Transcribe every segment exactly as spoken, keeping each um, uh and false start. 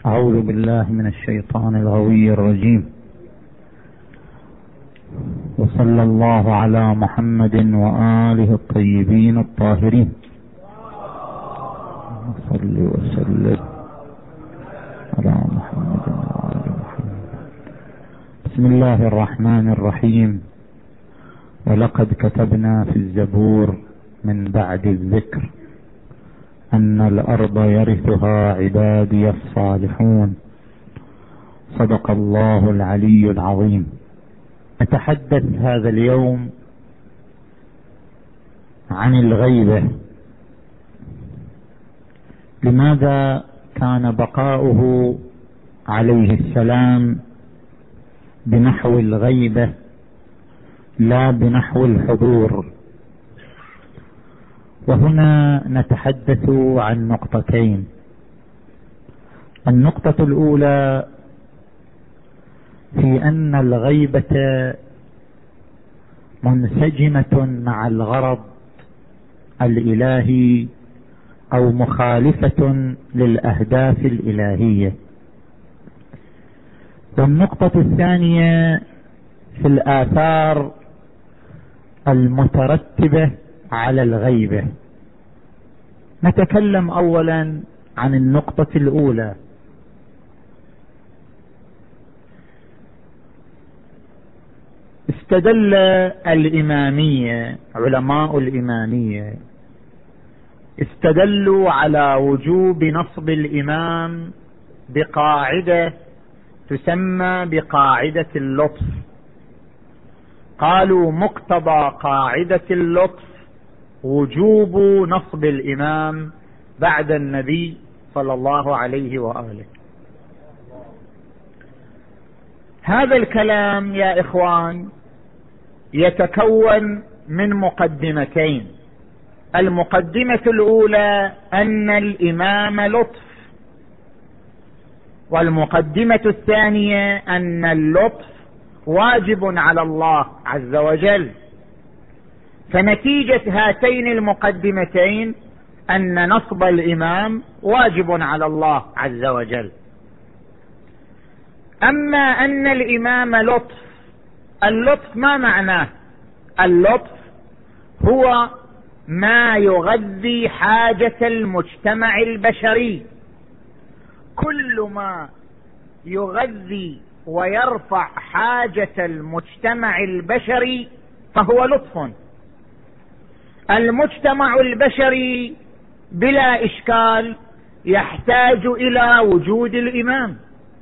أعوذ بالله من الشيطان الغوي الرجيم. وصلى الله على محمد وآله الطيبين الطاهرين. صل وسلم على محمد وآل محمد. بسم الله الرحمن الرحيم. ولقد كتبنا في الزبور من بعد الذكر أن الأرض يرثها عبادي الصالحون. صدق الله العلي العظيم. نتحدث هذا اليوم عن الغيبة. لماذا كان بقاؤه عليه السلام بنحو الغيبة لا بنحو الحضور؟ وهنا نتحدث عن نقطتين. النقطة الأولى في أن الغيبة منسجمة مع الغرض الإلهي أو مخالفة للأهداف الإلهية. والنقطة الثانية في الآثار المترتبة على الغيبة. نتكلم أولا عن النقطة الأولى. استدل الإمامية، علماء الإمامية استدلوا على وجوب نصب الإمام بقاعدة تسمى بقاعدة اللطف. قالوا مقتضى قاعدة اللطف وجوب نصب الإمام بعد النبي صلى الله عليه وآله. هذا الكلام يا إخوان يتكون من مقدمتين. المقدمة الأولى أن الإمام لطف، والمقدمة الثانية أن اللطف واجب على الله عز وجل. فنتيجة هاتين المقدمتين أن نصب الإمام واجب على الله عز وجل. أما أن الإمام لطف، اللطف ما معناه؟ اللطف هو ما يغذي حاجة المجتمع البشري. كل ما يغذي ويرفع حاجة المجتمع البشري فهو لطف. المجتمع البشري بلا إشكال يحتاج إلى وجود الإمام.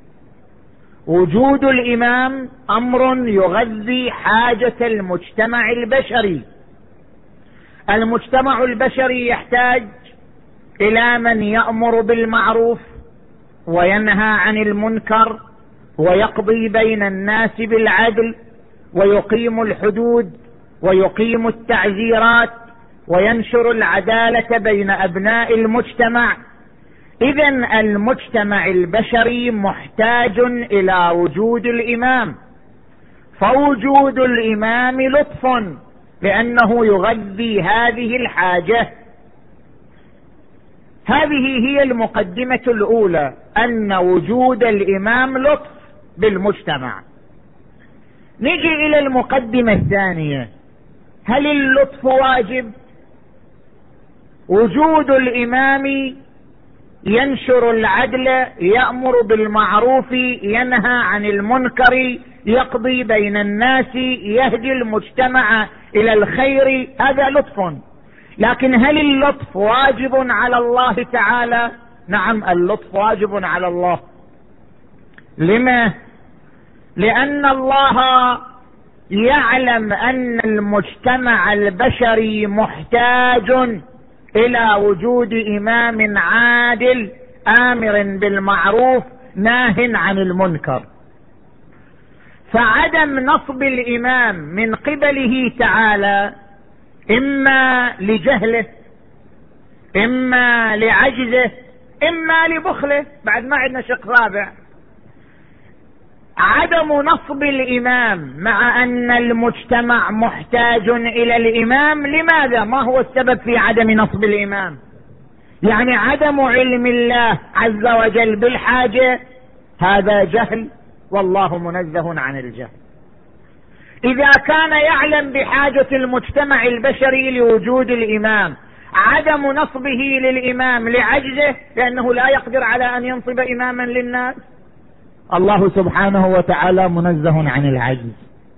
وجود الإمام أمر يغذي حاجة المجتمع البشري. المجتمع البشري يحتاج إلى من يأمر بالمعروف وينهى عن المنكر ويقضي بين الناس بالعدل ويقيم الحدود ويقيم التعزيرات وينشر العدالة بين أبناء المجتمع. إذن المجتمع البشري محتاج إلى وجود الإمام، فوجود الإمام لطف لأنه يغذي هذه الحاجة. هذه هي المقدمة الأولى، أن وجود الإمام لطف بالمجتمع. نجي إلى المقدمة الثانية. هل اللطف واجب؟ وجود الإمام ينشر العدل، يأمر بالمعروف، ينهى عن المنكر، يقضي بين الناس، يهدي المجتمع إلى الخير، هذا لطف. لكن هل اللطف واجب على الله تعالى؟ نعم، اللطف واجب على الله. لما؟ لأن الله يعلم أن المجتمع البشري محتاج إلى وجود إمام عادل آمر بالمعروف ناه عن المنكر. فعدم نصب الإمام من قبله تعالى إما لجهله، إما لعجزه، إما لبخله، بعد ما عندنا شق رابع. عدم نصب الإمام مع أن المجتمع محتاج إلى الإمام. لماذا؟ ما هو السبب في عدم نصب الإمام؟ يعني عدم علم الله عز وجل بالحاجة هذا جهل، والله منزه عن الجهل. إذا كان يعلم بحاجة المجتمع البشري لوجود الإمام، عدم نصبه للإمام لعجزه لأنه لا يقدر على أن ينصب إماما للناس. الله سبحانه وتعالى منزه عن العجز.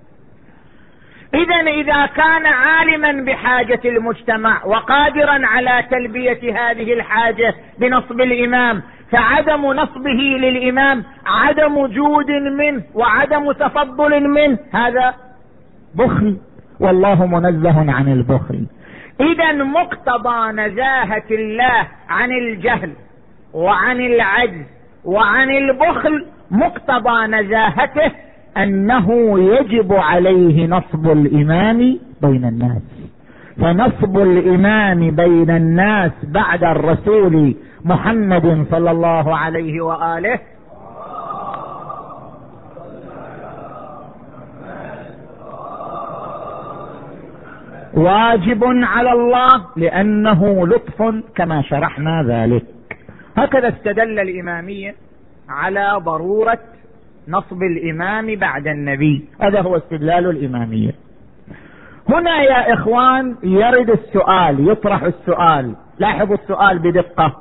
إذن إذا كان عالما بحاجة المجتمع وقادرا على تلبية هذه الحاجة بنصب الإمام، فعدم نصبه للإمام عدم جود منه وعدم تفضل منه، هذا بخل، والله منزه عن البخل. إذن مقتضى نزاهة الله عن الجهل وعن العجز وعن البخل، مقتضى نزاهته أنه يجب عليه نصب الإمام بين الناس. فنصب الإمام بين الناس بعد الرسول محمد صلى الله عليه وآله واجب على الله، لأنه لطف كما شرحنا ذلك. هكذا استدل الإمامية على ضرورة نصب الإمام بعد النبي، هذا هو استدلال الإمامية. هنا يا إخوان يرد السؤال، يطرح السؤال، لاحظوا السؤال بدقة.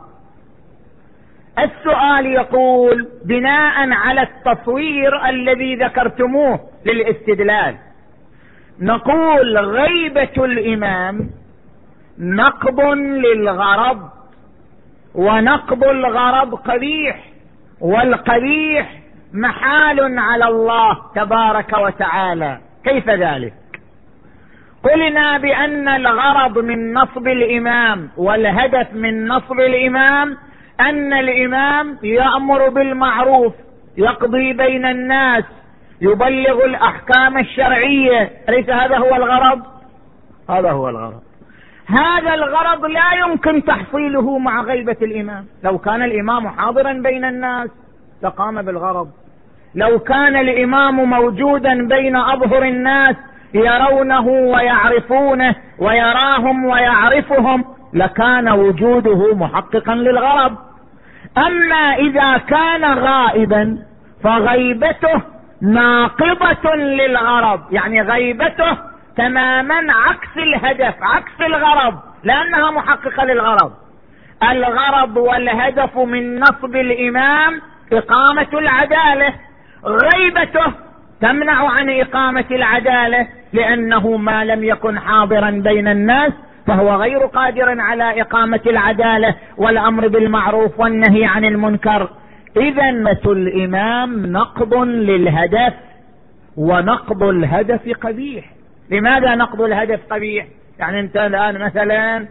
السؤال يقول بناء على التصوير الذي ذكرتموه للاستدلال، نقول غيبة الإمام نقض للغرض، ونقض الغرض قبيح، والقبيح محال على الله تبارك وتعالى. كيف ذلك؟ قلنا بأن الغرض من نصب الإمام والهدف من نصب الإمام أن الإمام يأمر بالمعروف، يقضي بين الناس، يبلغ الأحكام الشرعية، أليس هذا هو الغرض؟ هذا هو الغرض. هذا الغرض لا يمكن تحصيله مع غيبة الإمام. لو كان الإمام حاضرا بين الناس لقام بالغرض، لو كان الإمام موجودا بين أظهر الناس يرونه ويعرفونه ويراهم ويعرفهم لكان وجوده محققا للغرض. أما إذا كان غائبا فغيبته ناقضة للغرض، يعني غيبته تماما عكس الهدف، عكس الغرض، لأنها محققة للغرض. الغرض والهدف من نصب الإمام إقامة العدالة، غيبته تمنع عن إقامة العدالة، لأنه ما لم يكن حاضرا بين الناس فهو غير قادر على إقامة العدالة والأمر بالمعروف والنهي عن المنكر. إذن الإمام نقض للهدف، ونقض الهدف قبيح. لماذا نقض الهدف قبيح؟ يعني أنت الآن مثلا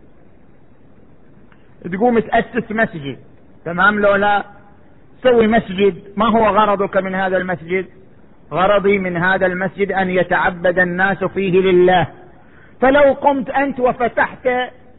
تقوم تأسس مسجد، تمام لو لا سوي مسجد، ما هو غرضك من هذا المسجد؟ غرضي من هذا المسجد أن يتعبد الناس فيه لله. فلو قمت أنت وفتحت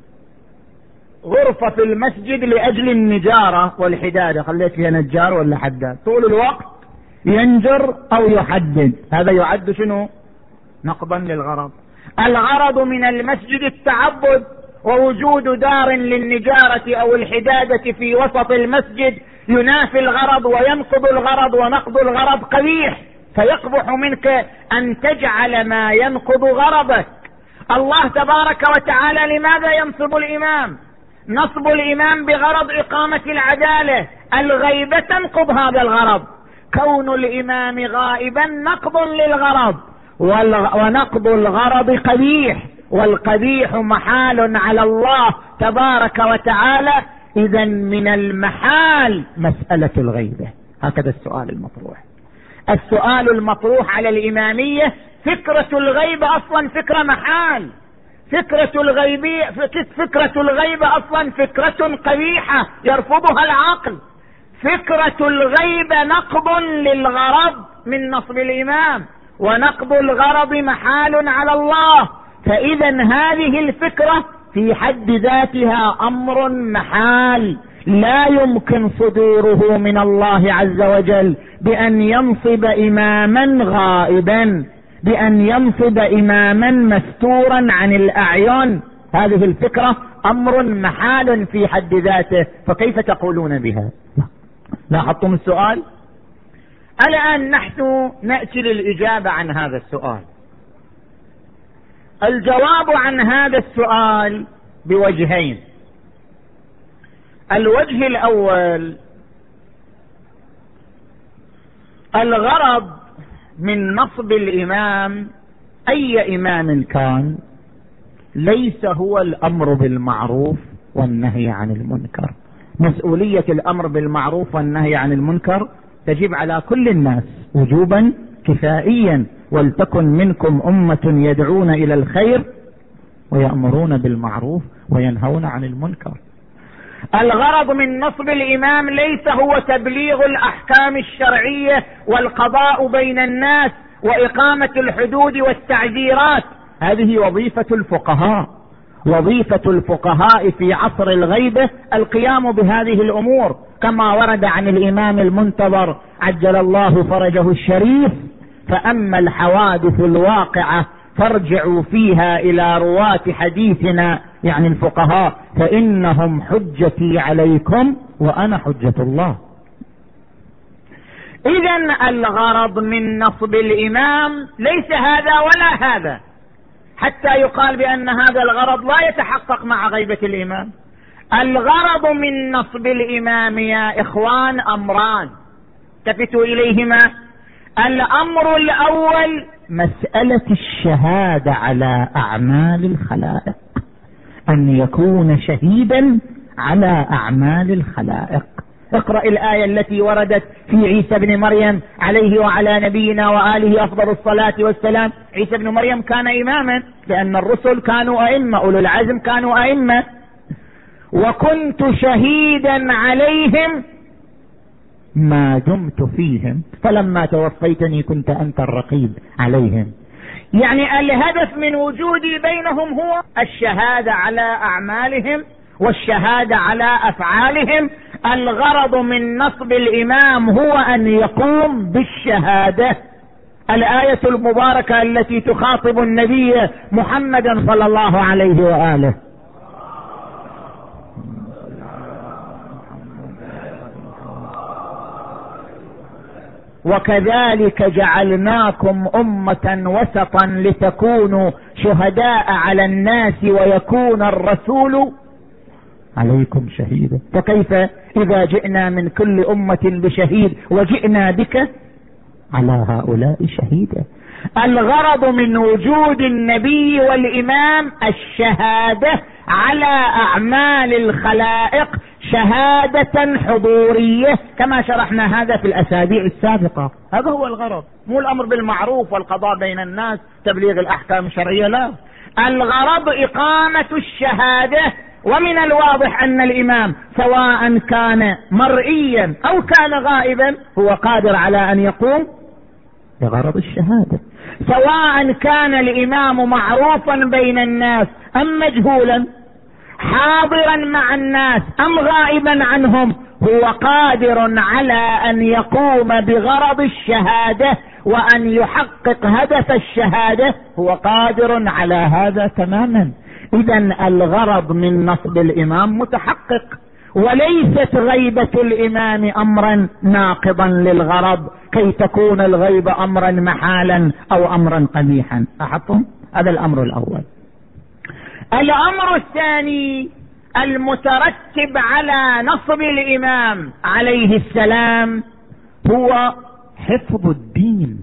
غرفة في المسجد لأجل النجارة والحدادة، خليت فيها نجار ولا حداد، طول الوقت ينجر أو يحدد، هذا يعد شنو؟ نقضا للغرض. الغرض من المسجد التعبد، ووجود دار للنجارة أو الحدادة في وسط المسجد ينافي الغرض وينقض الغرض، ونقض الغرض قبيح، فيقبح منك أن تجعل ما ينقض غرضك. الله تبارك وتعالى لماذا ينصب الإمام؟ نصب الإمام بغرض إقامة العدالة، الغيبة تنقض هذا الغرض، كون الإمام غائبا نقض للغرض، ونقض الغرض قبيح، والقبيح محال على الله تبارك وتعالى. إذا من المحال مسألة الغيبة. هكذا السؤال المطروح. السؤال المطروح على الإمامية فكرة الغيبة أصلا فكرة محال، فكرة الغيبة فكرة الغيبة أصلا فكرة قبيحة يرفضها العقل. فكرة الغيبة نقض للغرض من نصب الإمام، ونقض الغرض محال على الله. فإذا هذه الفكرة في حد ذاتها أمر محال، لا يمكن صدوره من الله عز وجل بأن ينصب إماما غائبا، بأن ينصب إماما مستورا عن الأعين. هذه الفكرة أمر محال في حد ذاته، فكيف تقولون بها؟ لاحظتم السؤال؟ الآن نحن نأتي للإجابة عن هذا السؤال. الجواب عن هذا السؤال بوجهين. الوجه الأول: الغرض من نصب الإمام أي إمام كان ليس هو الأمر بالمعروف والنهي عن المنكر. مسؤولية الأمر بالمعروف والنهي عن المنكر تجب على كل الناس وجوبا كفائيا، ولتكن منكم أمة يدعون إلى الخير ويأمرون بالمعروف وينهون عن المنكر. الغرض من نصب الإمام ليس هو تبليغ الأحكام الشرعية والقضاء بين الناس وإقامة الحدود والتعزيرات. هذه وظيفة الفقهاء. وظيفة الفقهاء في عصر الغيبة القيام بهذه الأمور، كما ورد عن الإمام المنتظر عجل الله فرجه الشريف: فأما الحوادث الواقعة فارجعوا فيها إلى رواة حديثنا، يعني الفقهاء، فإنهم حجتي عليكم وأنا حجة الله. إذن الغرض من نصب الإمام ليس هذا ولا هذا، حتى يقال بأن هذا الغرض لا يتحقق مع غيبة الإمام. الغرض من نصب الإمام يا إخوان أمران التفتوا إليهما. الأمر الأول مسألة الشهادة على أعمال الخلائق، أن يكون شهيدا على أعمال الخلائق. اقرأ الآية التي وردت في عيسى بن مريم عليه وعلى نبينا وآله أفضل الصلاة والسلام. عيسى بن مريم كان إماما، لأن الرسل كانوا أئمة، أولو العزم كانوا أئمة. وكنت شهيدا عليهم ما دمت فيهم فلما توفيتني كنت أنت الرقيب عليهم. يعني الهدف من وجودي بينهم هو الشهادة على أعمالهم والشهادة على أفعالهم. الغرض من نصب الإمام هو أن يقوم بالشهادة. الآية المباركة التي تخاطب النبي محمدا صلى الله عليه وآله: وكذلك جعلناكم أمة وسطا لتكونوا شهداء على الناس ويكون الرسول عليكم شهيدا. فكيف إذا جئنا من كل أمة بشهيد وجئنا بك على هؤلاء شهيدا؟ الغرض من وجود النبي والإمام الشهادة على أعمال الخلائق شهادة حضورية، كما شرحنا هذا في الأسابيع السابقة. هذا هو الغرض، مو الأمر بالمعروف والقضاء بين الناس تبليغ الأحكام الشرعية، لا. الغرض إقامة الشهادة. ومن الواضح أن الإمام سواء كان مرئيا أو كان غائبا هو قادر على أن يقوم بغرض الشهادة، سواء كان الإمام معروفا بين الناس أم مجهولا، حاضرا مع الناس أم غائبا عنهم، هو قادر على أن يقوم بغرض الشهادة وأن يحقق هدف الشهادة، هو قادر على هذا تماما. إذن الغرض من نصب الإمام متحقق، وليست غيبة الإمام أمرا ناقضا للغرض كي تكون الغيبة أمرا محالا أو أمرا قبيحا. لاحظتم؟ هذا الأمر الأول. الأمر الثاني المترتب على نصب الإمام عليه السلام هو حفظ الدين،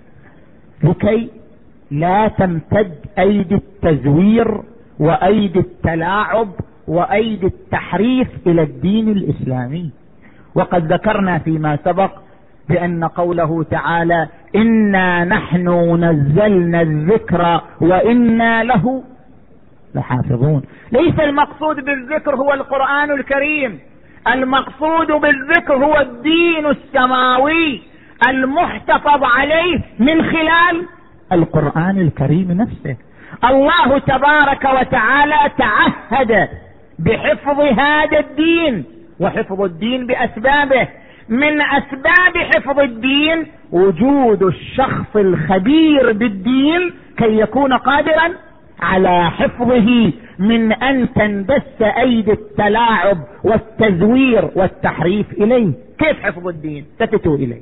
لكي لا تمتد أيدي التزوير وأيدي التلاعب وأيدي التحريف إلى الدين الإسلامي. وقد ذكرنا فيما سبق بأن قوله تعالى: إنا نحن نزلنا الذكر وإنا له لحافظون، ليس المقصود بالذكر هو القرآن الكريم، المقصود بالذكر هو الدين السماوي المحتفظ عليه من خلال القرآن الكريم نفسه. الله تبارك وتعالى تعهد بحفظ هذا الدين، وحفظ الدين بأسبابه. من أسباب حفظ الدين وجود الشخص الخبير بالدين كي يكون قادرا على حفظه من ان تندس ايدي التلاعب والتزوير والتحريف اليه. كيف حفظ الدين؟ التفتوا اليه.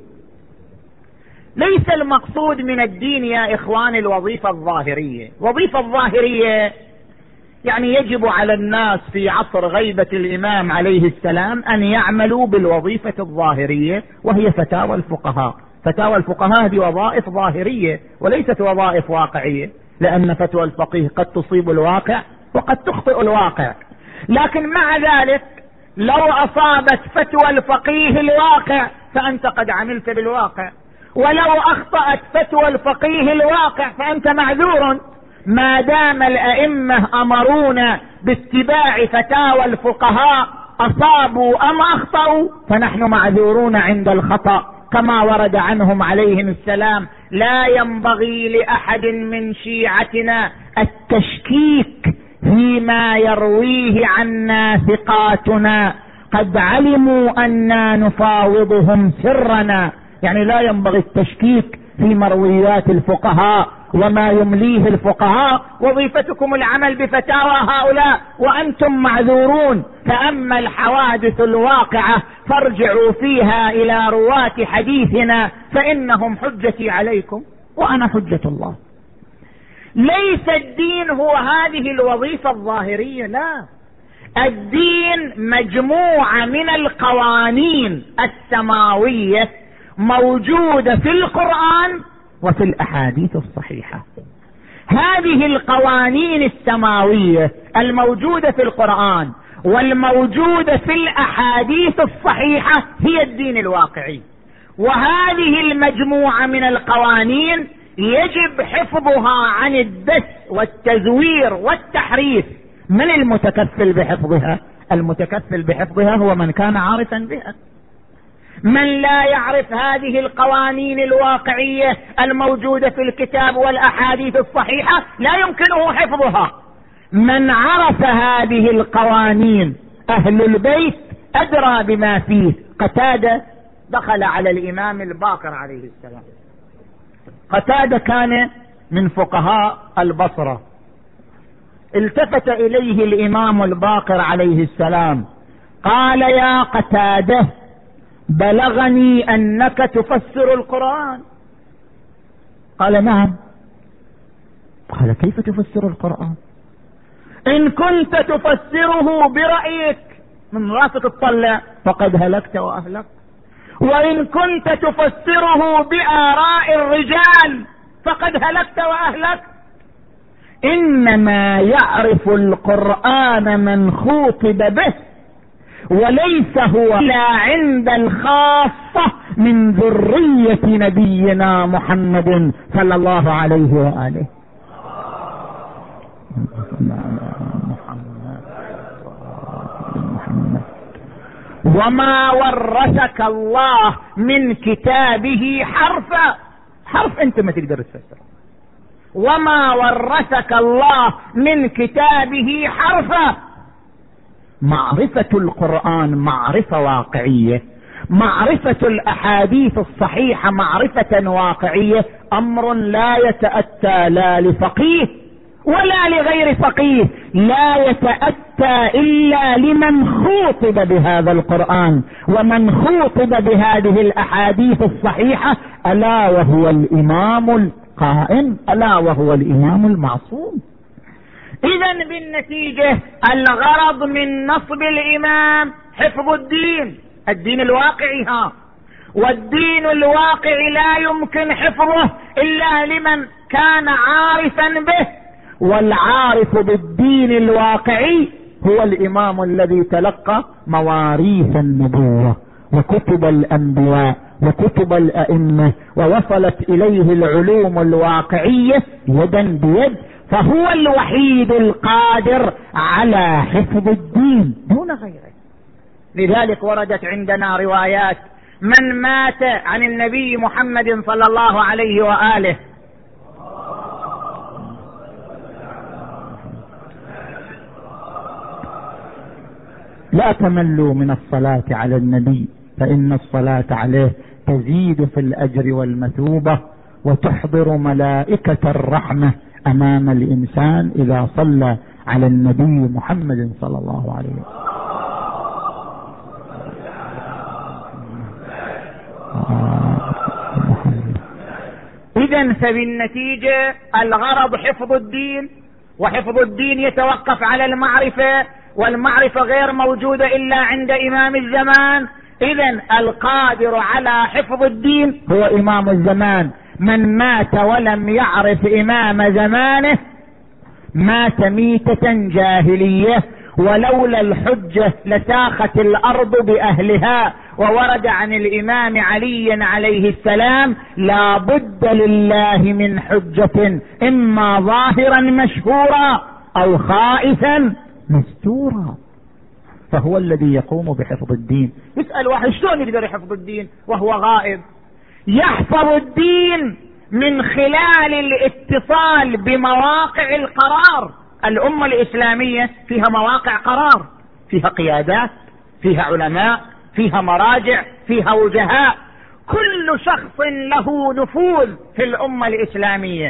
ليس المقصود من الدين يا اخوان الوظيفة الظاهرية. وظيفة الظاهرية يعني يجب على الناس في عصر غيبة الامام عليه السلام ان يعملوا بالوظيفة الظاهرية، وهي فتاوى الفقهاء. فتاوى الفقهاء هذه وظائف ظاهرية وليست وظائف واقعية، لان فتوى الفقيه قد تصيب الواقع وقد تخطئ الواقع. لكن مع ذلك لو اصابت فتوى الفقيه الواقع فانت قد عملت بالواقع، ولو اخطأت فتوى الفقيه الواقع فانت معذور. ما دام الائمة امرونا باتباع فتاوى الفقهاء اصابوا ام اخطأوا فنحن معذورون عند الخطأ، كما ورد عنهم عليهم السلام: لا ينبغي لاحد من شيعتنا التشكيك فيما يرويه عنا ثقاتنا، قد علموا أننا نفاوضهم سرنا. يعني لا ينبغي التشكيك في مرويات الفقهاء وما يمليه الفقهاء. وظيفتكم العمل بفتاوى هؤلاء وأنتم معذورون. فأما الحوادث الواقعة فارجعوا فيها إلى رواة حديثنا فإنهم حجتي عليكم وأنا حجة الله. ليس الدين هو هذه الوظيفة الظاهرية، لا. الدين مجموعة من القوانين السماوية موجودة في القرآن وفي الأحاديث الصحيحة. هذه القوانين السماوية الموجودة في القرآن والموجودة في الأحاديث الصحيحة هي الدين الواقعي. وهذه المجموعة من القوانين يجب حفظها عن الدس والتزوير والتحريف. من المتكفل بحفظها؟ المتكفل بحفظها هو من كان عارفا بها. من لا يعرف هذه القوانين الواقعية الموجودة في الكتاب والأحاديث الصحيحة لا يمكنه حفظها. من عرف هذه القوانين أهل البيت أدرى بما فيه. قتادة دخل على الإمام الباقر عليه السلام. قتادة كان من فقهاء البصرة. التفت إليه الإمام الباقر عليه السلام قال: يا قتادة، بلغني أنك تفسر القرآن. قال: نعم. قال: كيف تفسر القرآن؟ إن كنت تفسره برأيك من راسك تطلع فقد هلكت وأهلك، وإن كنت تفسره بآراء الرجال فقد هلكت وأهلك. إنما يعرف القرآن من خوطب به، وليس هو إلا عند الخاصة من ذرية نبينا محمد صلى الله عليه وآله. وما ورثك الله من كتابه حرفا. حرف انت ما تقدر تفسره. وما ورثك الله من كتابه حرفا. معرفة القرآن معرفة واقعية، معرفة الأحاديث الصحيحة معرفة واقعية، أمر لا يتأتى لا لفقيه ولا لغير فقيه، لا يتأتى إلا لمن خوطب بهذا القرآن ومن خوطب بهذه الأحاديث الصحيحة، ألا وهو الإمام القائم، ألا وهو الإمام المعصوم. إذن بالنتيجة الغرض من نصب الإمام حفظ الدين، الدين الواقعي. ها والدين الواقعي لا يمكن حفظه إلا لمن كان عارفا به، والعارف بالدين الواقعي هو الإمام الذي تلقى مواريث النبوة وكتب الأنبياء وكتب الأئمة ووصلت إليه العلوم الواقعية يدا بيد، فهو الوحيد القادر على حفظ الدين دون غيره. لذلك وردت عندنا روايات: من مات عن النبي محمد صلى الله عليه وآله لا تملوا من الصلاة على النبي فإن الصلاة عليه تزيد في الأجر والمثوبة وتحضر ملائكة الرحمة امام الانسان اذا صلى على النبي محمد صلى الله عليه وسلم. إذن فبالنتيجة الغرض حفظ الدين، وحفظ الدين يتوقف على المعرفة، والمعرفة غير موجودة إلا عند إمام الزمان. إذن القادر على حفظ الدين هو إمام الزمان. من مات ولم يعرف إمام زمانه مات ميتة جاهلية، ولولا الحجة لساخت الأرض بأهلها. وورد عن الإمام علي عليه السلام: لا بد لله من حجة، إما ظاهرا مشهورا أو خائفا مستورا. فهو الذي يقوم بحفظ الدين. يسأل واحد شلون يقدر يحفظ الدين وهو غائب؟ يحفظ الدين من خلال الاتصال بمواقع القرار. الأمة الإسلامية فيها مواقع قرار، فيها قيادات، فيها علماء، فيها مراجع، فيها وجهاء. كل شخص له نفوذ في الأمة الإسلامية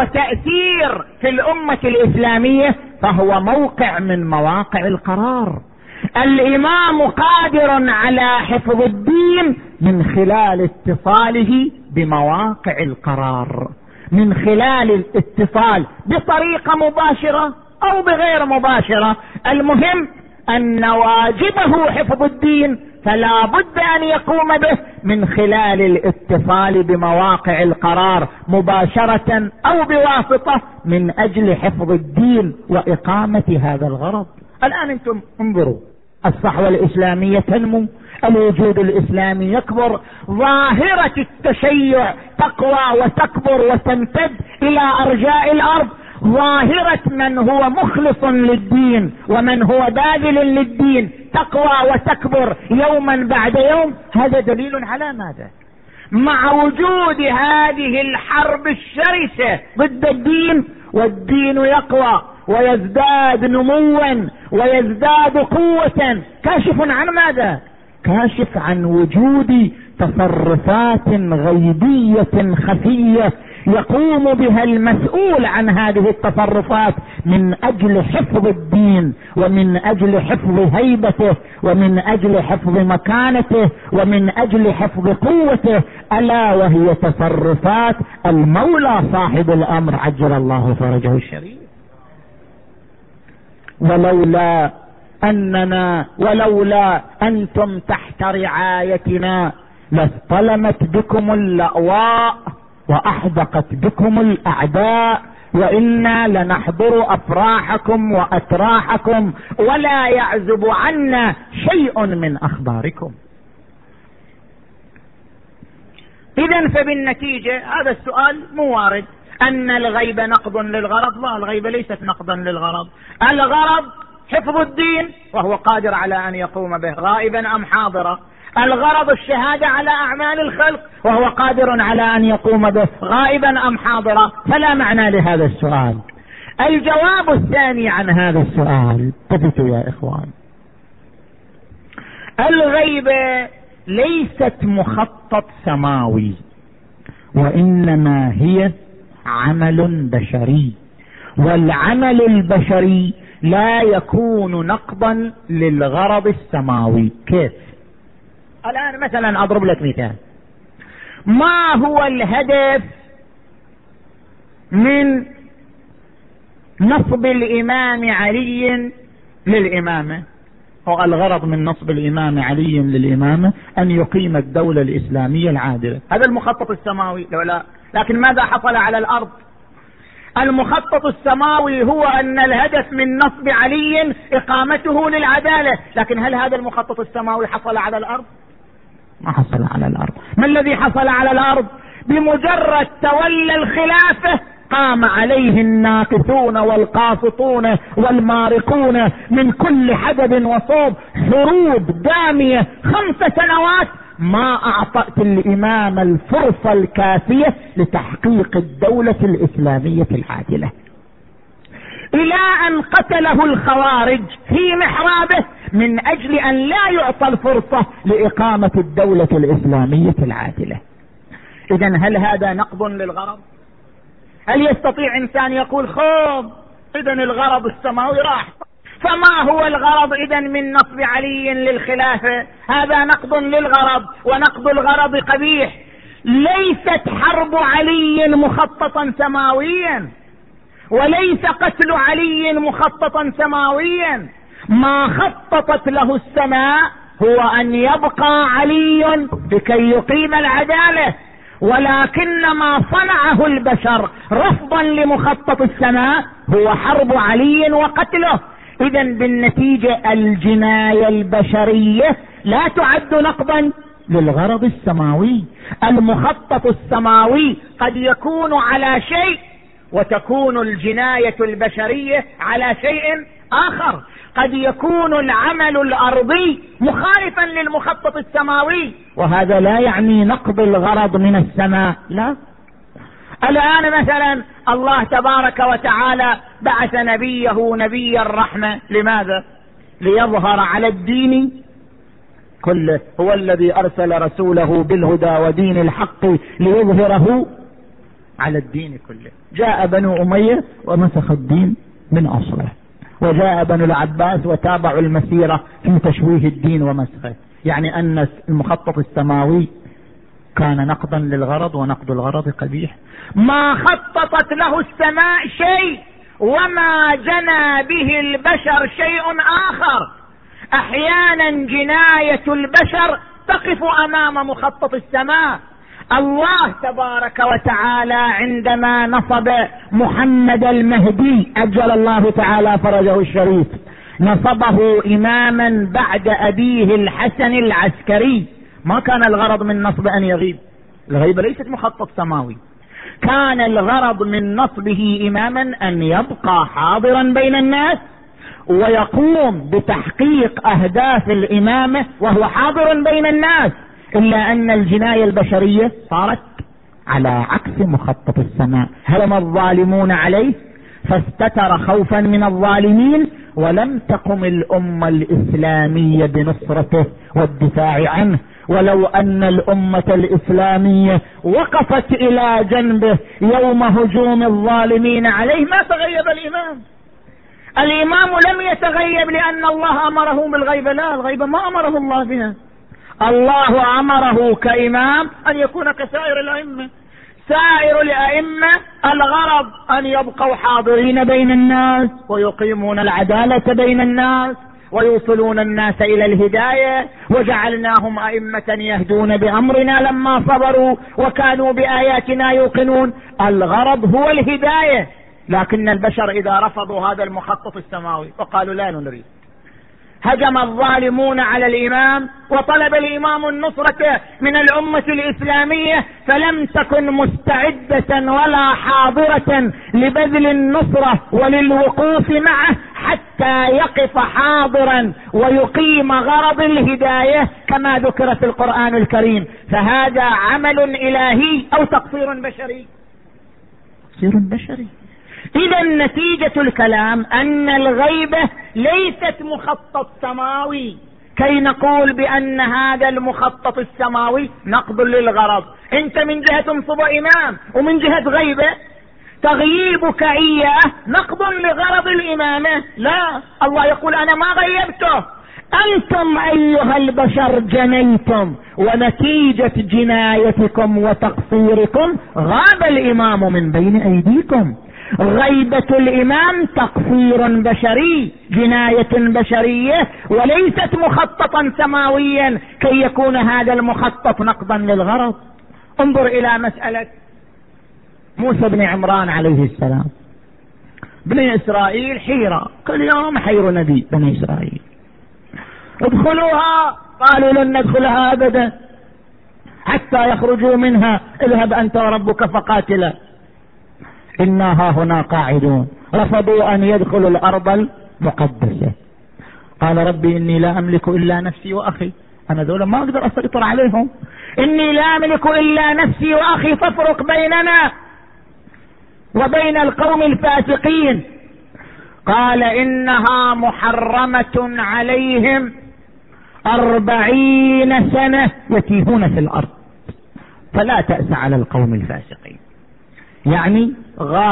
وتأثير في الأمة الإسلامية، فهو موقع من مواقع القرار. الإمام قادر على حفظ الدين من خلال اتصاله بمواقع القرار، من خلال الاتصال بطريقة مباشرة أو بغير مباشرة. المهم أن واجبه حفظ الدين، فلا بد أن يقوم به من خلال الاتصال بمواقع القرار مباشرة أو بواسطة، من أجل حفظ الدين وإقامة هذا الغرض. الآن أنتم انظروا، الصحوة الإسلامية تنمو، الوجود الإسلامي يكبر، ظاهرة التشيع تقوى وتكبر وتمتد إلى أرجاء الأرض. ظاهرة من هو مخلص للدين ومن هو باذل للدين تقوى وتكبر يوما بعد يوم. هذا دليل على ماذا؟ مع وجود هذه الحرب الشرسة ضد الدين، والدين يقوى ويزداد نموا ويزداد قوة. كاشف عن ماذا؟ كاشف عن وجود تصرفات غيبية خفية يقوم بها المسؤول عن هذه التصرفات من أجل حفظ الدين، ومن أجل حفظ هيبته، ومن أجل حفظ مكانته، ومن أجل حفظ قوته، ألا وهي تصرفات المولى صاحب الأمر عجل الله فرجه الشريف. ولولا أننا ولولا أنتم تحت رعايتنا لاصطلمت بكم اللأواء وأحدقت بكم الأعداء، وإنا لنحضر أفراحكم وأتراحكم ولا يعزب عنا شيء من أخباركم. إذن فبالنتيجة هذا السؤال مو وارد أن الغيب نقض للغرض. لا، الغيب ليست نقضا للغرض. الغرض حفظ الدين وهو قادر على أن يقوم به غائبا أم حاضرا. الغرض الشهادة على أعمال الخلق وهو قادر على أن يقوم به غائبا أم حاضرا. فلا معنى لهذا السؤال. الجواب الثاني عن هذا السؤال، تفتوا يا إخوان، الغيبة ليست مخطط سماوي، وإنما هي عمل بشري، والعمل البشري لا يكون نقضا للغرض السماوي. كيف؟ الآن مثلا أضرب لك مثال. ما هو الهدف من نصب الإمام علي للإمامة؟ هو الغرض من نصب الإمام علي للإمامة أن يقيم الدولة الإسلامية العادلة. هذا المخطط السماوي لو لا. لكن ماذا حصل على الأرض؟ المخطط السماوي هو أن الهدف من نصب علي إقامته للعدالة، لكن هل هذا المخطط السماوي حصل على الأرض؟ ما حصل على الأرض. ما الذي حصل على الأرض؟ بمجرد تولى الخلافة قام عليه الناقصون والقاسطون والمارقون من كل حدب وصوب، حروب دامية خمس سنوات ما أعطت الإمام الفرصة الكافية لتحقيق الدولة الإسلامية العادلة، إلى أن قتله الخوارج في محرابه من أجل أن لا يعطى الفرصة لإقامة الدولة الإسلامية العادلة. إذن هل هذا نقض للغرض؟ هل يستطيع انسان يقول خوب اذا الغرض السماوي راح؟ فما هو الغرض اذا من نصب علي للخلافة؟ هذا نقض للغرض، ونقض الغرض قبيح. ليست حرب علي مخططا سماويا، وليس قتل علي مخططا سماويا. ما خططت له السماء هو ان يبقى علي لكي يقيم العدالة، ولكن ما صنعه البشر رفضا لمخطط السماء هو حرب علي وقتله. اذا بالنتيجة الجناية البشرية لا تعد نقضا للغرض السماوي. المخطط السماوي قد يكون على شيء وتكون الجناية البشرية على شيء آخر. قد يكون العمل الأرضي مخالفا للمخطط السماوي، وهذا لا يعني نقض الغرض من السماء، لا. الآن مثلا الله تبارك وتعالى بعث نبيه نبي الرحمة، لماذا؟ ليظهر على الدين كله. هو الذي أرسل رسوله بالهدى ودين الحق ليظهره على الدين كله. جاء بنو أمية ومسخ الدين من أصله، وجاء بنو العباس وتابعوا المسيرة في تشويه الدين ومسخه. يعني أن المخطط السماوي كان نقضا للغرض، ونقض الغرض قبيح. ما خططت له السماء شيء، وما جنى به البشر شيء آخر. أحيانا جناية البشر تقف أمام مخطط السماء. الله تبارك وتعالى عندما نصب محمد المهدي عجل الله تعالى فرجه الشريف، نصبه إماما بعد أبيه الحسن العسكري. ما كان الغرض من نصب أن يغيب، الغيبة ليست مخطط سماوي. كان الغرض من نصبه إماما أن يبقى حاضرا بين الناس ويقوم بتحقيق أهداف الإمامة وهو حاضر بين الناس. إلا أن الجناية البشرية صارت على عكس مخطط السماء. هرم الظالمون عليه فاستتر خوفا من الظالمين، ولم تقم الأمة الإسلامية بنصرته والدفاع عنه. ولو أن الأمة الإسلامية وقفت إلى جنبه يوم هجوم الظالمين عليه ما تغيب الإمام. الإمام لم يتغيب لأن الله أمره بالغيبة، لا، الغيبة ما أمره الله بها. الله أمره كإمام أن يكون كسائر الأئمة. سائر الأئمة الغرض أن يبقوا حاضرين بين الناس ويقيمون العدالة بين الناس ويوصلون الناس إلى الهداية. وجعلناهم أئمة يهدون بأمرنا لما صبروا وكانوا بآياتنا يوقنون. الغرض هو الهداية، لكن البشر إذا رفضوا هذا المخطط السماوي وقالوا لا نريد، هجم الظالمون على الإمام وطلب الإمام النصرة من الأمة الإسلامية، فلم تكن مستعدة ولا حاضرة لبذل النصرة وللوقوف معه حتى يقف حاضرا ويقيم غرض الهداية كما ذكر في القرآن الكريم. فهذا عمل إلهي أو تقصير بشري؟ تقصير بشري. إذا نتيجة الكلام أن الغيبة ليست مخطط سماوي كي نقول بأن هذا المخطط السماوي نقض للغرض. انت من جهة تنصب إمام ومن جهة غيبة، تغييبك إياه نقض لغرض الإمامة. لا، الله يقول أنا ما غيبته، أنتم أيها البشر جنيتم، ونتيجة جنايتكم وتقصيركم غاب الإمام من بين أيديكم. غيبة الإمام تقصير بشري، جناية بشرية، وليست مخططا سماويا كي يكون هذا المخطط نقضا للغرض. انظر إلى مسألة موسى بن عمران عليه السلام. بني إسرائيل حيرة، كل يوم حير نبي بني إسرائيل، ادخلوها، قالوا لن ندخلها أبدا حتى يخرجوا منها، اذهب أنت وربك فقاتلا إنا ها هنا قاعدون. رفضوا أن يدخلوا الأرض المقدسة. قال ربي إني لا أملك إلا نفسي وأخي، أنا ذولا ما أقدر أسيطر عليهم، إني لا أملك إلا نفسي وأخي فافرق بيننا وبين القوم الفاسقين. قال إنها محرمة عليهم أربعين سنة يتيهون في الأرض، فلا تأس على القوم الفاسقين. يعني غاب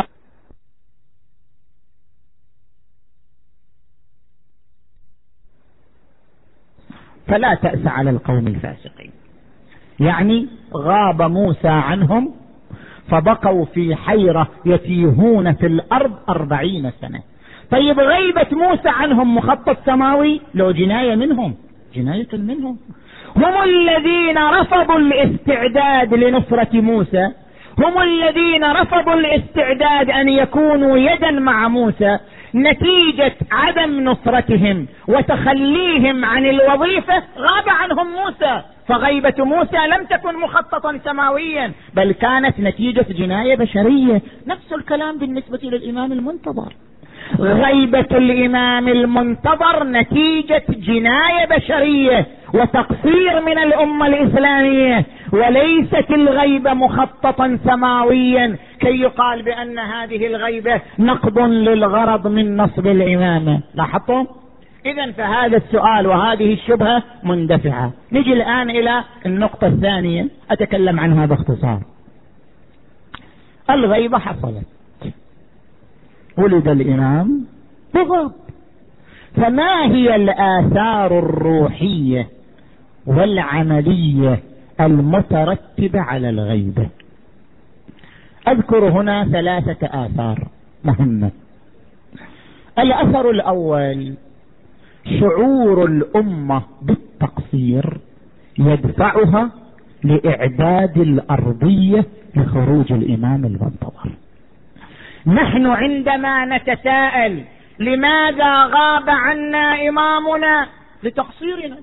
فلا تأس على القوم الفاسقين، يعني غاب موسى عنهم فبقوا في حيرة يتيهون في الأرض أربعين سنة. طيب غيبة موسى عنهم مخطط سماوي؟ لو جناية منهم، جناية منهم. هم الذين رفضوا الاستعداد لنصرة موسى، هم الذين رفضوا الاستعداد أن يكونوا يدا مع موسى. نتيجة عدم نصرتهم وتخليهم عن الوظيفة غاب عنهم موسى، فغيبة موسى لم تكن مخططا سماويا بل كانت نتيجة جناية بشرية. نفس الكلام بالنسبة للإمام المنتظر، غيبة الإمام المنتظر نتيجة جناية بشرية وتقصير من الأمة الإسلامية، وليست الغيبة مخططا سماويا كي يقال بأن هذه الغيبة نقض للغرض من نصب الإمامة. لاحظتم؟ إذن فهذا السؤال وهذه الشبهة مندفعة. نجي الآن إلى النقطة الثانية أتكلم عنها باختصار. الغيبة حصلت، ولد الإمام وغاب، فما هي الآثار الروحية والعملية المترتبة على الغيبة؟ أذكر هنا ثلاثة آثار مهمة. الأثر الأول شعور الأمة بالتقصير يدفعها لإعداد الأرضية لخروج الإمام المنتظر. نحن عندما نتساءل لماذا غاب عنا إمامنا؟ لتقصيرنا.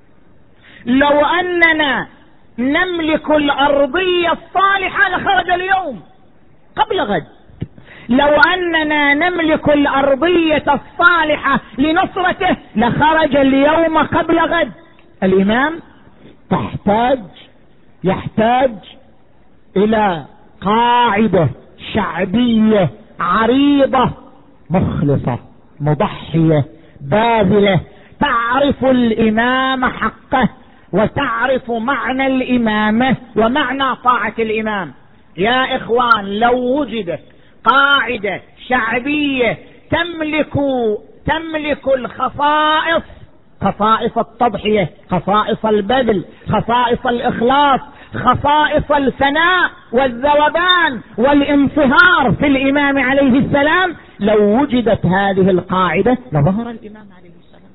لو أننا نملك الأرضية الصالحة لخرج اليوم قبل غد، لو أننا نملك الأرضية الصالحة لنصرته لخرج اليوم قبل غد. الإمام تحتاج يحتاج إلى قاعدة شعبية عريضة مخلصة مضحية باذلة تعرف الإمام حقه وتعرف معنى الإمامة ومعنى طاعة الإمام. يا إخوان، لو وجدت قاعدة شعبية تملك تملك الخصائص، خصائص التضحية، خصائص البذل، خصائص الإخلاص، خصائص الفناء والذوبان والانصهار في الإمام عليه السلام، لو وجدت هذه القاعدة لظهر الإمام عليه السلام.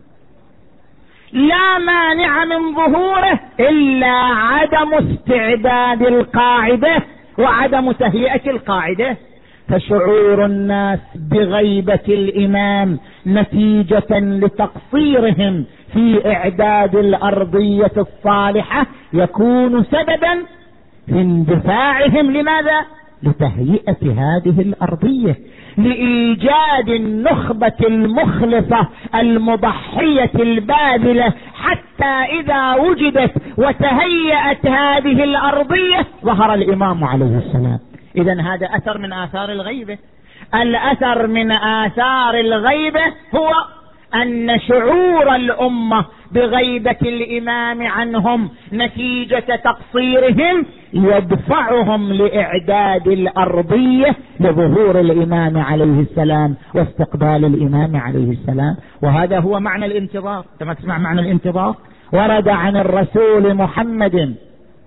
لا مانع من ظهوره إلا عدم استعداد القاعدة وعدم تهيئة القاعدة. فشعور الناس بغيبة الإمام نتيجة لتقصيرهم في إعداد الأرضية الصالحة يكون سببا في اندفاعهم لماذا؟ لتهيئة هذه الأرضية، لإيجاد النخبة المخلصة المضحية الباذلة، حتى إذا وجدت وتهيأت هذه الأرضية ظهر الإمام عليه السلام. إذن هذا أثر من آثار الغيبة. الأثر من آثار الغيبة هو أن شعور الأمة بغيبة الإمام عنهم نتيجة تقصيرهم يدفعهم لإعداد الأرضية لظهور الإمام عليه السلام واستقبال الإمام عليه السلام. وهذا هو معنى الانتظار. كما تسمع معنى الانتظار ورد عن الرسول محمد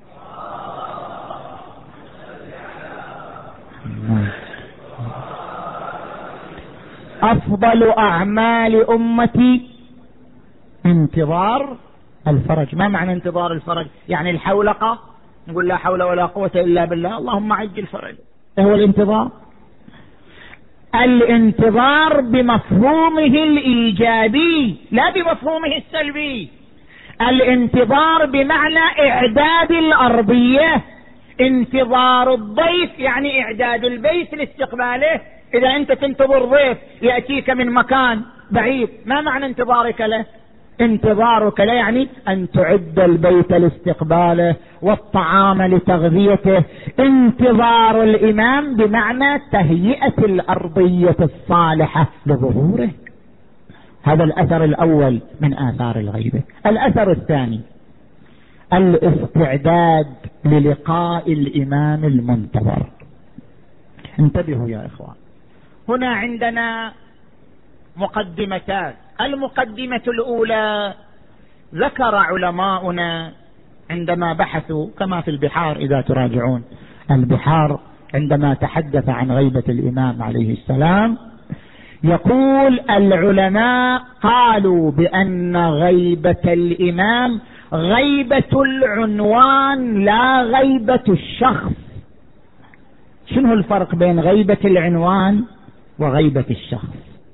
أفضل أعمال أمتي انتظار الفرج. ما معنى انتظار الفرج؟ يعني الحولقة، نقول لا حول ولا قوة إلا بالله، اللهم عجل الفرج. هو الانتظار. الانتظار بمفهومه الإيجابي لا بمفهومه السلبي. الانتظار بمعنى إعداد الأرضية. انتظار الضيف يعني إعداد البيت لاستقباله. إذا أنت تنتظر ضيف يأتيك من مكان بعيد، ما معنى انتظارك له؟ انتظارك له يعني أن تعد البيت لاستقباله والطعام لتغذيته. انتظار الإمام بمعنى تهيئة الأرضية الصالحة لظهوره. هذا الأثر الأول من آثار الغيبة. الأثر الثاني الاستعداد للقاء الإمام المنتظر. انتبهوا يا إخوان. هنا عندنا مقدمتان. المقدمة الأولى، ذكر علماؤنا عندما بحثوا كما في البحار، إذا تراجعون البحار عندما تحدث عن غيبة الإمام عليه السلام، يقول العلماء قالوا بأن غيبة الإمام غيبة العنوان لا غيبة الشخص. شنو الفرق بين غيبة العنوان وغيبة الشخص؟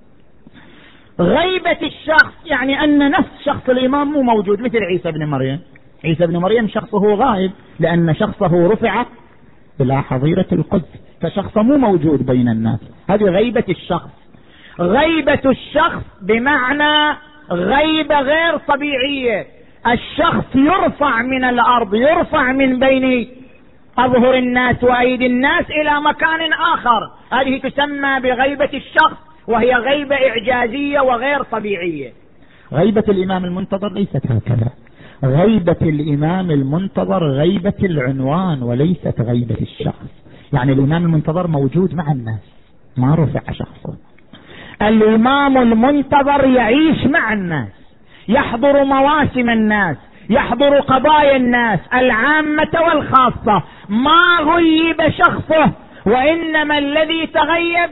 غيبة الشخص يعني أن نفس شخص الإمام مو موجود، مثل عيسى بن مريم. عيسى بن مريم شخصه غائب لأن شخصه رفع إلى حظيرة القدس، فشخصه مو موجود بين الناس. هذه غيبة الشخص. غيبة الشخص بمعنى غيبة غير طبيعية، الشخص يرفع من الأرض، يرفع من بين أظهر الناس وأيدي الناس إلى مكان آخر، هذه تسمى بغيبة الشخص، وهي غيبة إعجازية وغير طبيعية. غيبة الإمام المنتظر ليست هكذا. غيبة الإمام المنتظر غيبة العنوان وليست غيبة الشخص. يعني الإمام المنتظر موجود مع الناس، ما رفع شخصه. الإمام المنتظر يعيش مع الناس، يحضر مواسم الناس، يحضر قضايا الناس العامة والخاصة، ما غيب شخصه، وإنما الذي تغيب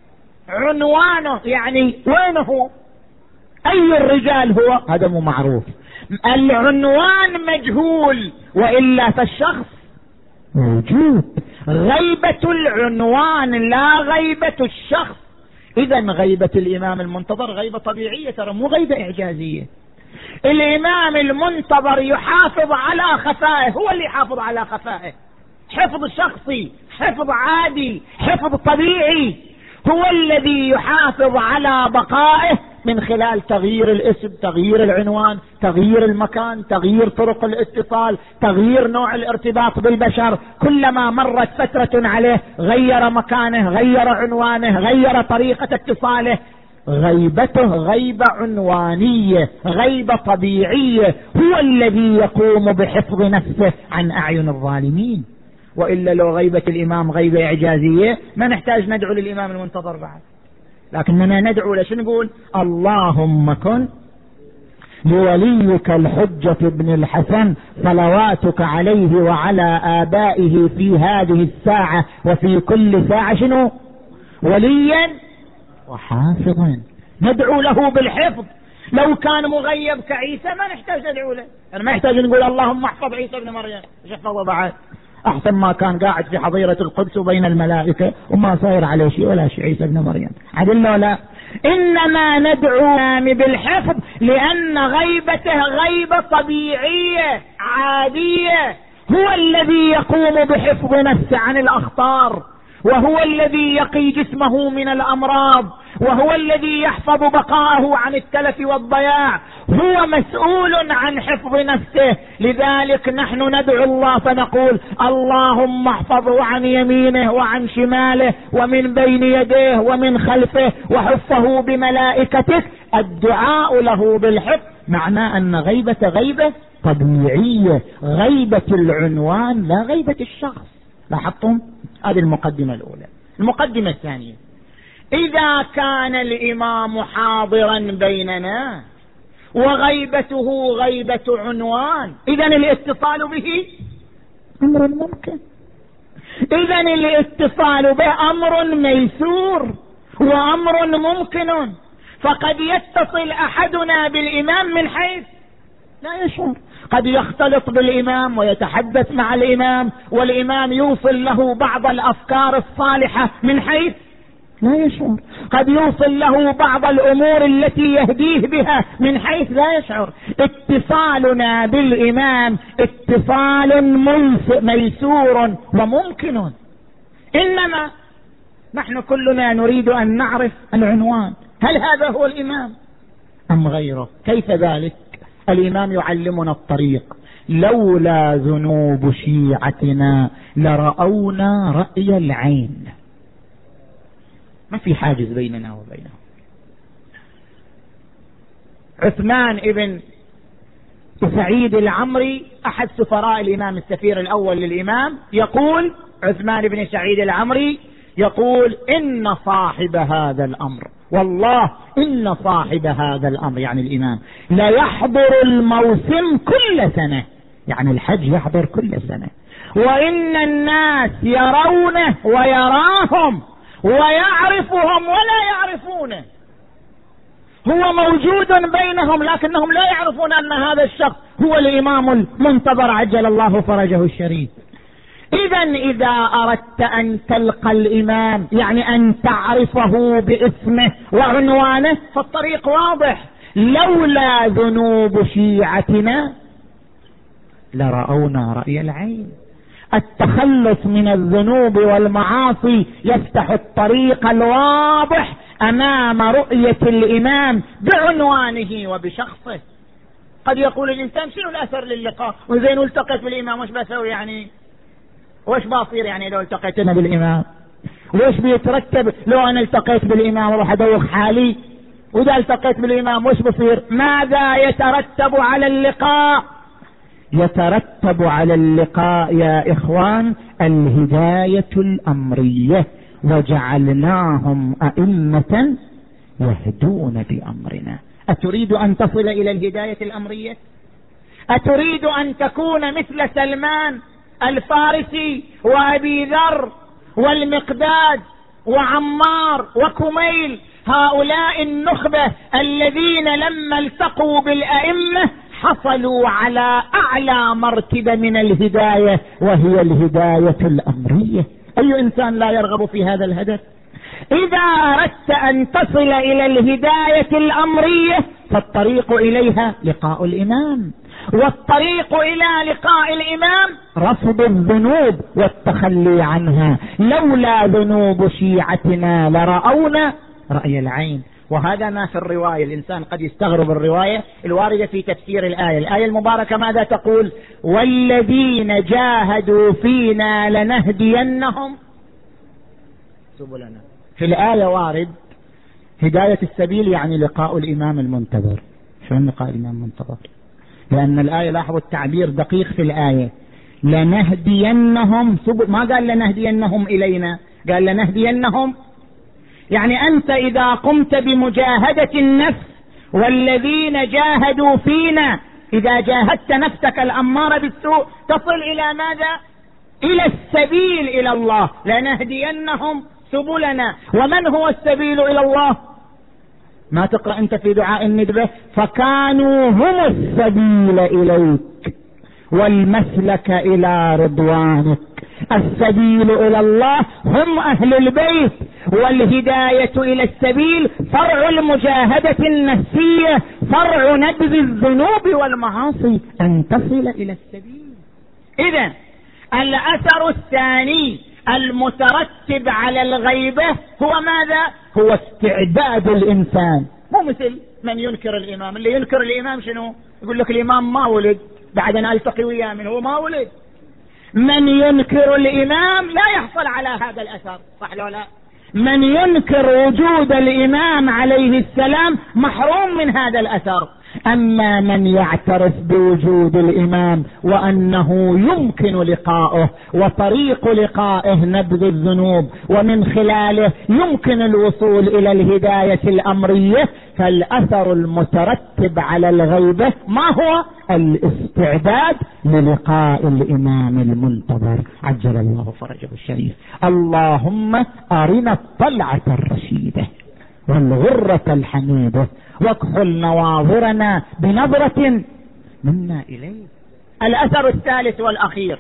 عنوانه. يعني وينه؟ أي الرجال هو؟ هذا مو معروف. العنوان مجهول، وإلا فالشخص موجود. غيبة العنوان لا غيبة الشخص. إذا غيبة الإمام المنتظر غيبة طبيعية، ترى مو غيبة إعجازية. الإمام المنتظر يحافظ على خفائه، هو اللي يحافظ على خفائه، حفظ شخصي، حفظ عادي، حفظ طبيعي. هو الذي يحافظ على بقائه من خلال تغيير الاسم، تغيير العنوان، تغيير المكان، تغيير طرق الاتصال، تغيير نوع الارتباط بالبشر. كلما مرت فترة عليه غير مكانه، غير عنوانه، غير طريقة اتصاله. غيبته غيبة عنوانية، غيبة طبيعية. هو الذي يقوم بحفظ نفسه عن أعين الظالمين. وإلا لو غيبة الإمام غيبة إعجازية ما نحتاج ندعو للإمام المنتظر بعد، لكننا ندعو ليش؟ نقول اللهم كن لوليك الحجة ابن الحسن صلواتك عليه وعلى آبائه في هذه الساعة وفي كل ساعة شنو؟ وليا وحافظا. ندعو له بالحفظ. لو كان مغيب كعيسى ما نحتاج ندعو له، يعني ما يحتاج نقول اللهم احفظ عيسى ابن مريم، ايش احفظه بعد؟ احسن ما كان قاعد في حظيرة القدس وبين الملائكة وما صاير عليه شيء ولا شيء عيسى ابن مريم، عدل ولا؟ انما ندعو بالحفظ لان غيبته غيبة طبيعية عادية. هو الذي يقوم بحفظ نفسه عن الاخطار، وهو الذي يقي جسمه من الامراض، وهو الذي يحفظ بقاءه عن التلف والضياع. هو مسؤول عن حفظ نفسه. لذلك نحن ندعو الله فنقول اللهم احفظه عن يمينه وعن شماله ومن بين يديه ومن خلفه وحفه بملائكتك. الدعاء له بالحفظ معناه ان غيبة غيبة طبيعية، غيبة العنوان لا غيبة الشخص. لاحظتم؟ هذه المقدمة الأولى. المقدمة الثانية، إذا كان الإمام حاضرا بيننا وغيبته غيبة عنوان، إذن الاتصال به أمر ممكن، إذن الاتصال به أمر ميسور وأمر ممكن. فقد يتصل أحدنا بالإمام من حيث لا يشعر، قد يختلط بالإمام ويتحدث مع الإمام، والإمام يوصل له بعض الأفكار الصالحة من حيث لا يشعر، قد يوصل له بعض الأمور التي يهديه بها من حيث لا يشعر. اتصالنا بالإمام اتصال ميسور وممكن، إنما نحن كلنا نريد أن نعرف العنوان، هل هذا هو الإمام أم غيره؟ كيف ذلك؟ الإمام يعلمنا الطريق. لولا ذنوب شيعتنا لرأونا رأي العين، ما في حاجز بيننا وبينهم. عثمان ابن سعيد العمري أحد سفراء الإمام، السفير الأول للإمام، يقول عثمان بن سعيد العمري يقول إن صاحب هذا الأمر، والله إن صاحب هذا الأمر يعني الإمام لا يحضر الموسم كل سنة، يعني الحج يحضر كل سنة، وإن الناس يرونه ويراهم ويعرفهم ولا يعرفونه، هو موجود بينهم لكنهم لا يعرفون أن هذا الشخص هو الإمام المنتظر عجل الله فرجه الشريف. إذا إذا أردت أن تلقى الإمام يعني أن تعرفه باسمه وعنوانه فالطريق واضح. لولا ذنوب شيعتنا لرأونا رأي العين. التخلص من الذنوب والمعاصي يفتح الطريق الواضح أمام رؤية الإمام بعنوانه وبشخصه. قد يقول الإنسان شنو الأثر للقاء، وزين التقيت بالإمام وش بسوي يعني، وش باصير يعني لو التقيت أنا بالإمام، وش بيترتب لو أنا التقيت بالإمام وراح أدوخ حالي، وإذا التقيت بالإمام وش بصير. ماذا يترتب على اللقاء؟ يترتب على اللقاء يا إخوان الهداية الأمرية، وجعلناهم أئمة يهدون بأمرنا. أتريد أن تصل إلى الهداية الأمرية؟ أتريد أن تكون مثل سلمان الفارسي وأبي ذر والمقداد وعمار وكميل، هؤلاء النخبة الذين لما التقوا بالأئمة حصلوا على أعلى مرتبة من الهداية وهي الهداية الأمرية. أي إنسان لا يرغب في هذا الهدف؟ إذا أردت أن تصل إلى الهداية الأمرية فالطريق إليها لقاء الإمام، والطريق إلى لقاء الإمام رفض الذنوب والتخلي عنها. لولا ذنوب شيعتنا لرأونا رأي العين. وهذا ما في الرواية. الإنسان قد يستغرب الرواية الواردة في تفسير الآية. الآية المباركة ماذا تقول؟ والذين جاهدوا فينا لنهدينهم سبلنا. في الآية وارد هداية السبيل يعني لقاء الإمام المنتظر. شو لقاء الإمام المنتظر؟ لأن الآية لاحظوا التعبير دقيق في الآية، لنهدينهم سبل، ما قال لنهدينهم إلينا، قال لنهدينهم. يعني أنت إذا قمت بمجاهدة النفس والذين جاهدوا فينا، إذا جاهدت نفسك الأمارة بالسوء تصل إلى ماذا؟ إلى السبيل إلى الله. لنهدينهم سبلنا. ومن هو السبيل إلى الله؟ ما تقرأ أنت في دعاء الندبة فكانوا هم السبيل إليك والمسلك إلى رضوانك. السبيل إلى الله هم أهل البيت، والهداية إلى السبيل فرع المجاهدة النفسية، فرع نبذ الذنوب والمعاصي أن تصل إلى السبيل. إذن الأثر الثاني المترتب على الغيبة هو ماذا؟ هو استعداد الإنسان. مو مثل من ينكر الإمام. اللي ينكر الإمام شنو؟ يقول لك الإمام ما ولد، بعد أن ألتقي وياه من هو ما ولد. من ينكر الإمام لا يحصل على هذا الأثر، صح لو لا؟ من ينكر وجود الإمام عليه السلام محروم من هذا الأثر. أما من يعترف بوجود الإمام وأنه يمكن لقاؤه وطريق لقائه نبذ الذنوب ومن خلاله يمكن الوصول إلى الهداية الأمرية، فالأثر المترتب على الغيبة ما هو؟ الاستعداد للقاء الإمام المنتظر عجل الله فرجه الشريف. اللهم أرنا الطلعة الرشيدة والغرة الحميدة واكحل نواظرنا بنظرة منا إليه. الأثر الثالث والأخير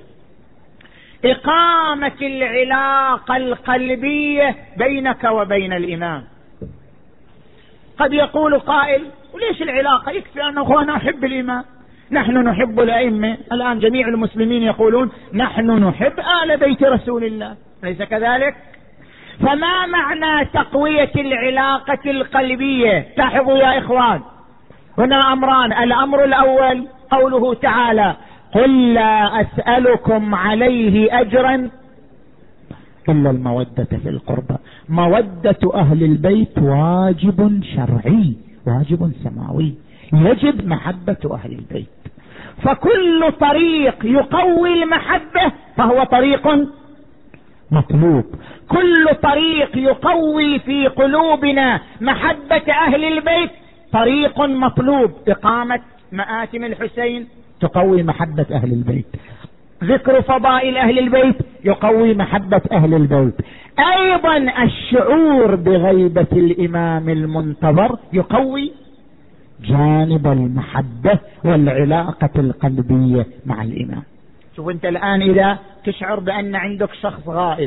إقامة العلاقة القلبية بينك وبين الإمام. قد يقول قائل وليش العلاقة؟ يكفي أنه أنا أحب الإمام، نحن نحب الأئمة. الآن جميع المسلمين يقولون نحن نحب آل بيت رسول الله، ليس كذلك؟ فما معنى تقوية العلاقة القلبية؟ لاحظوا يا إخوان، هنا أمران. الأمر الأول قوله تعالى قل لا أسألكم عليه أجرا إلا المودة في القربى. مودة أهل البيت واجب شرعي، واجب سماوي، يجب محبة أهل البيت. فكل طريق يقوي المحبة فهو طريق مطلوب. كل طريق يقوي في قلوبنا محبة أهل البيت طريق مطلوب. إقامة مآتم الحسين تقوي محبة أهل البيت، ذكر فضائل أهل البيت يقوي محبة أهل البيت، أيضا الشعور بغيبة الإمام المنتظر يقوي جانب المحبة والعلاقة القلبية مع الإمام. شوف أنت الآن إذا تشعر بأن عندك شخص غائب،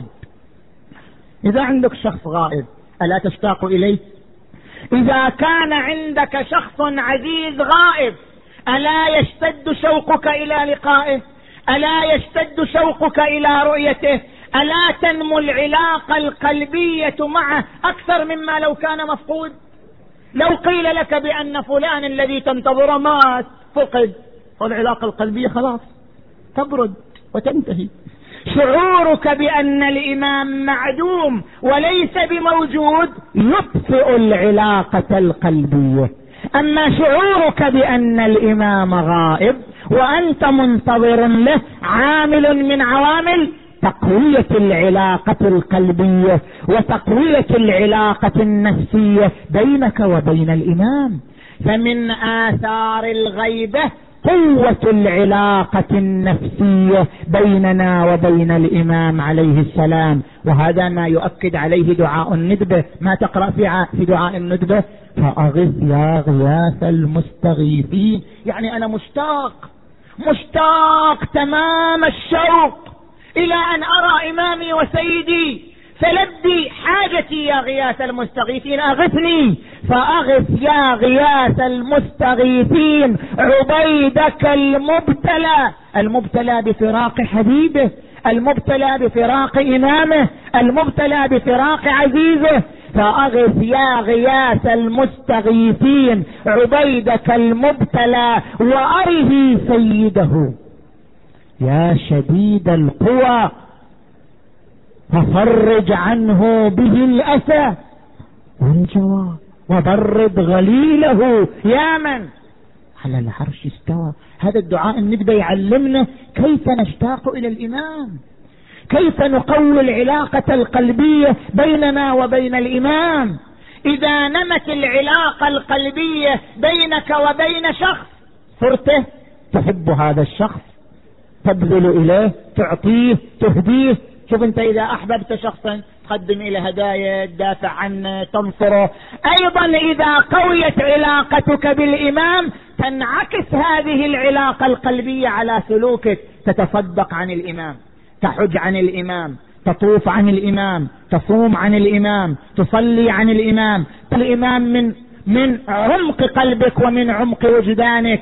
إذا عندك شخص غائب ألا تشتاق إليه؟ إذا كان عندك شخص عزيز غائب ألا يشتد شوقك إلى لقائه؟ ألا يشتد شوقك إلى رؤيته؟ ألا تنمو العلاقة القلبية معه أكثر مما لو كان مفقود؟ لو قيل لك بأن فلان الذي تنتظر مات فقد، فالعلاقة القلبية خلاص تبرد وتنتهي. شعورك بأن الإمام معدوم وليس بموجود يطفئ العلاقة القلبية. أما شعورك بأن الإمام غائب وأنت منتظر له عامل من عوامل تقوية العلاقة القلبية وتقوية العلاقة النفسية بينك وبين الإمام. فمن آثار الغيبة قوة العلاقة النفسية بيننا وبين الإمام عليه السلام، وهذا ما يؤكد عليه دعاء الندبة. ما تقرأ في دعاء الندبة؟ فأغث يا غياث المستغيثين، يعني أنا مشتاق مشتاق تمام الشوق إلى أن أرى إمامي وسيدي، فلبي حاجتي يا غياث المستغيثين، أغثني. فأغث يا غياث المستغيثين عبيدك المبتلى، المبتلى بفراق حبيبه، المبتلى بفراق إمامه، المبتلى بفراق عزيزه. فأغث يا غياث المستغيثين عبيدك المبتلى وأره سيده يا شديد القوى ففرج عنه به الأسى والجوى وبرد غليله يا من على العرش استوى. هذا الدعاء الندبة يعلمنا كيف نشتاق إلى الإمام، كيف نقوي العلاقة القلبية بيننا وبين الإمام. إذا نمت العلاقة القلبية بينك وبين شخص صرت تحب هذا الشخص، تبذل إليه، تعطيه، تهديه. شوف أنت إذا أحببت شخصا تقدم إلى هدايا، تدافع عنه، تنصره. أيضا إذا قويت علاقتك بالإمام تنعكس هذه العلاقة القلبية على سلوكك، تتصدق عن الإمام، تحج عن الإمام، تطوف عن الإمام، تصوم عن الإمام، تصلي عن الإمام. الإمام من من عمق قلبك ومن عمق وجدانك.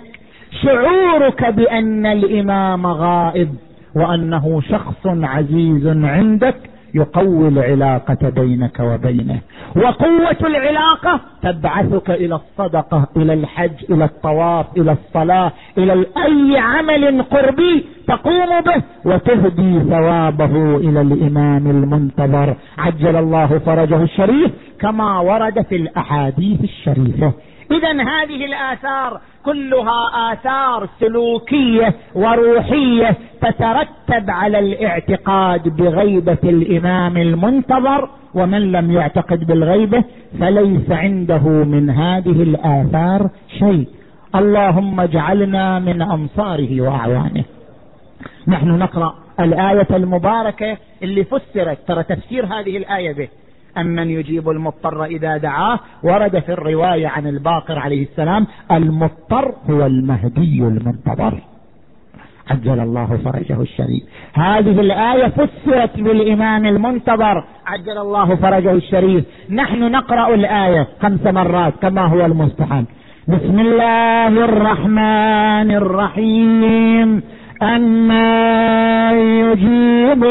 شعورك بأن الإمام غائب وأنه شخص عزيز عندك يقوي العلاقة بينك وبينه، وقوة العلاقة تبعثك إلى الصدقة، إلى الحج، إلى الطواف، إلى الصلاة، إلى أي عمل قربي تقوم به وتهدي ثوابه إلى الإمام المنتظر عجل الله فرجه الشريف كما ورد في الأحاديث الشريفة. إذن هذه الآثار كلها آثار سلوكية وروحية تترتب على الاعتقاد بغيبة الإمام المنتظر، ومن لم يعتقد بالغيبة فليس عنده من هذه الآثار شيء. اللهم اجعلنا من أنصاره وأعوانه. نحن نقرأ الآية المباركة اللي فسرت، ترى تفسير هذه الآية به أمن يجيب المضطر إذا دعاه، ورد في الرواية عن الباقر عليه السلام المضطر هو المهدي المنتظر عجل الله فرجه الشريف. هذه الآية فسرت بالإمام المنتظر عجل الله فرجه الشريف. نحن نقرأ الآية خمس مرات كما هو المستحب. بسم الله الرحمن الرحيم. أما يجيب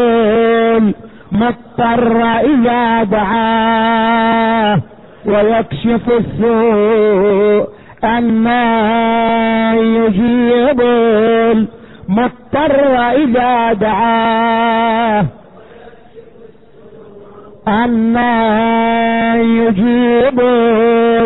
مضطر إذا دعاه ويكشف السوء. أما يجيب المضطر إذا دعاه أما يجيب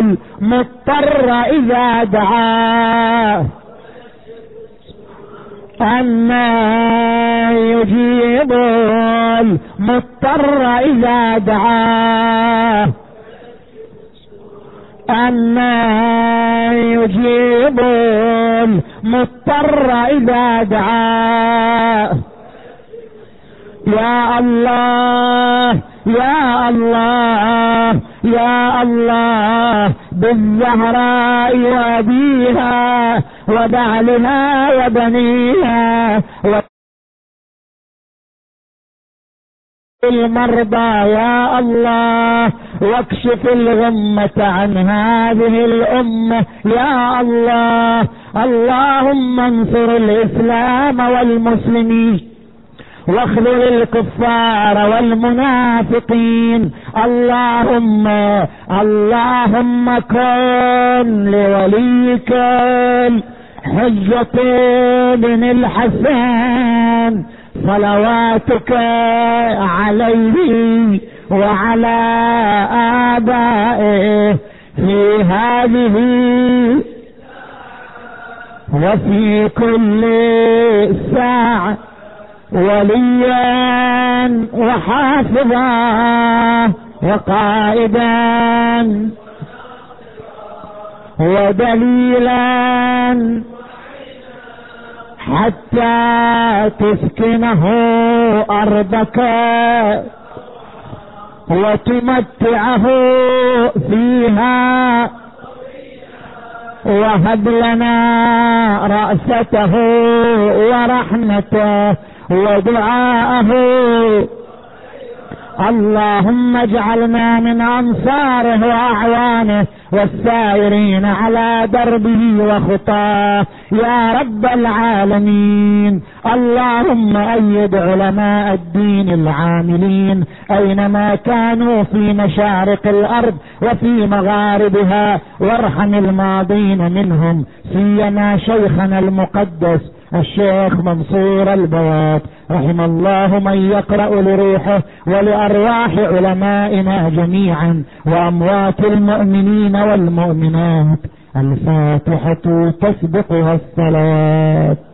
المضطر إذا دعاه أما يجيب المضطر إذا دعاه أما يجيب المضطر إذا دعاه يا الله يا الله يا الله بالزهراء وابيها وبعلها وبنيها المرضى يا الله واكشف الغمة عن هذه الأمة يا الله. اللهم انصر الإسلام والمسلمين واخذل الكفار والمنافقين. اللهم اللهم كن لوليك حجة بن الحسن صلواتك عليه وعلى آبائه في هذه وفي كل ساعة وليا وحافظا وقائدا ودليلا حتى تسكنه أرضك وتمتعه فيها وهب لنا رأسته ورحمته ودعاءه. اللهم اجعلنا من أنصاره وأعوانه والسائرين على دربه وخطاه يا رب العالمين. اللهم أيد علماء الدين العاملين أينما كانوا في مشارق الأرض وفي مغاربها، وارحم الماضين منهم سيما شيخنا المقدس الشيخ منصور البوات رحم الله من يقرأ لروحه ولأرواح علمائنا جميعا وأموات المؤمنين والمؤمنات. الفاتحة تسبقها الصلاة.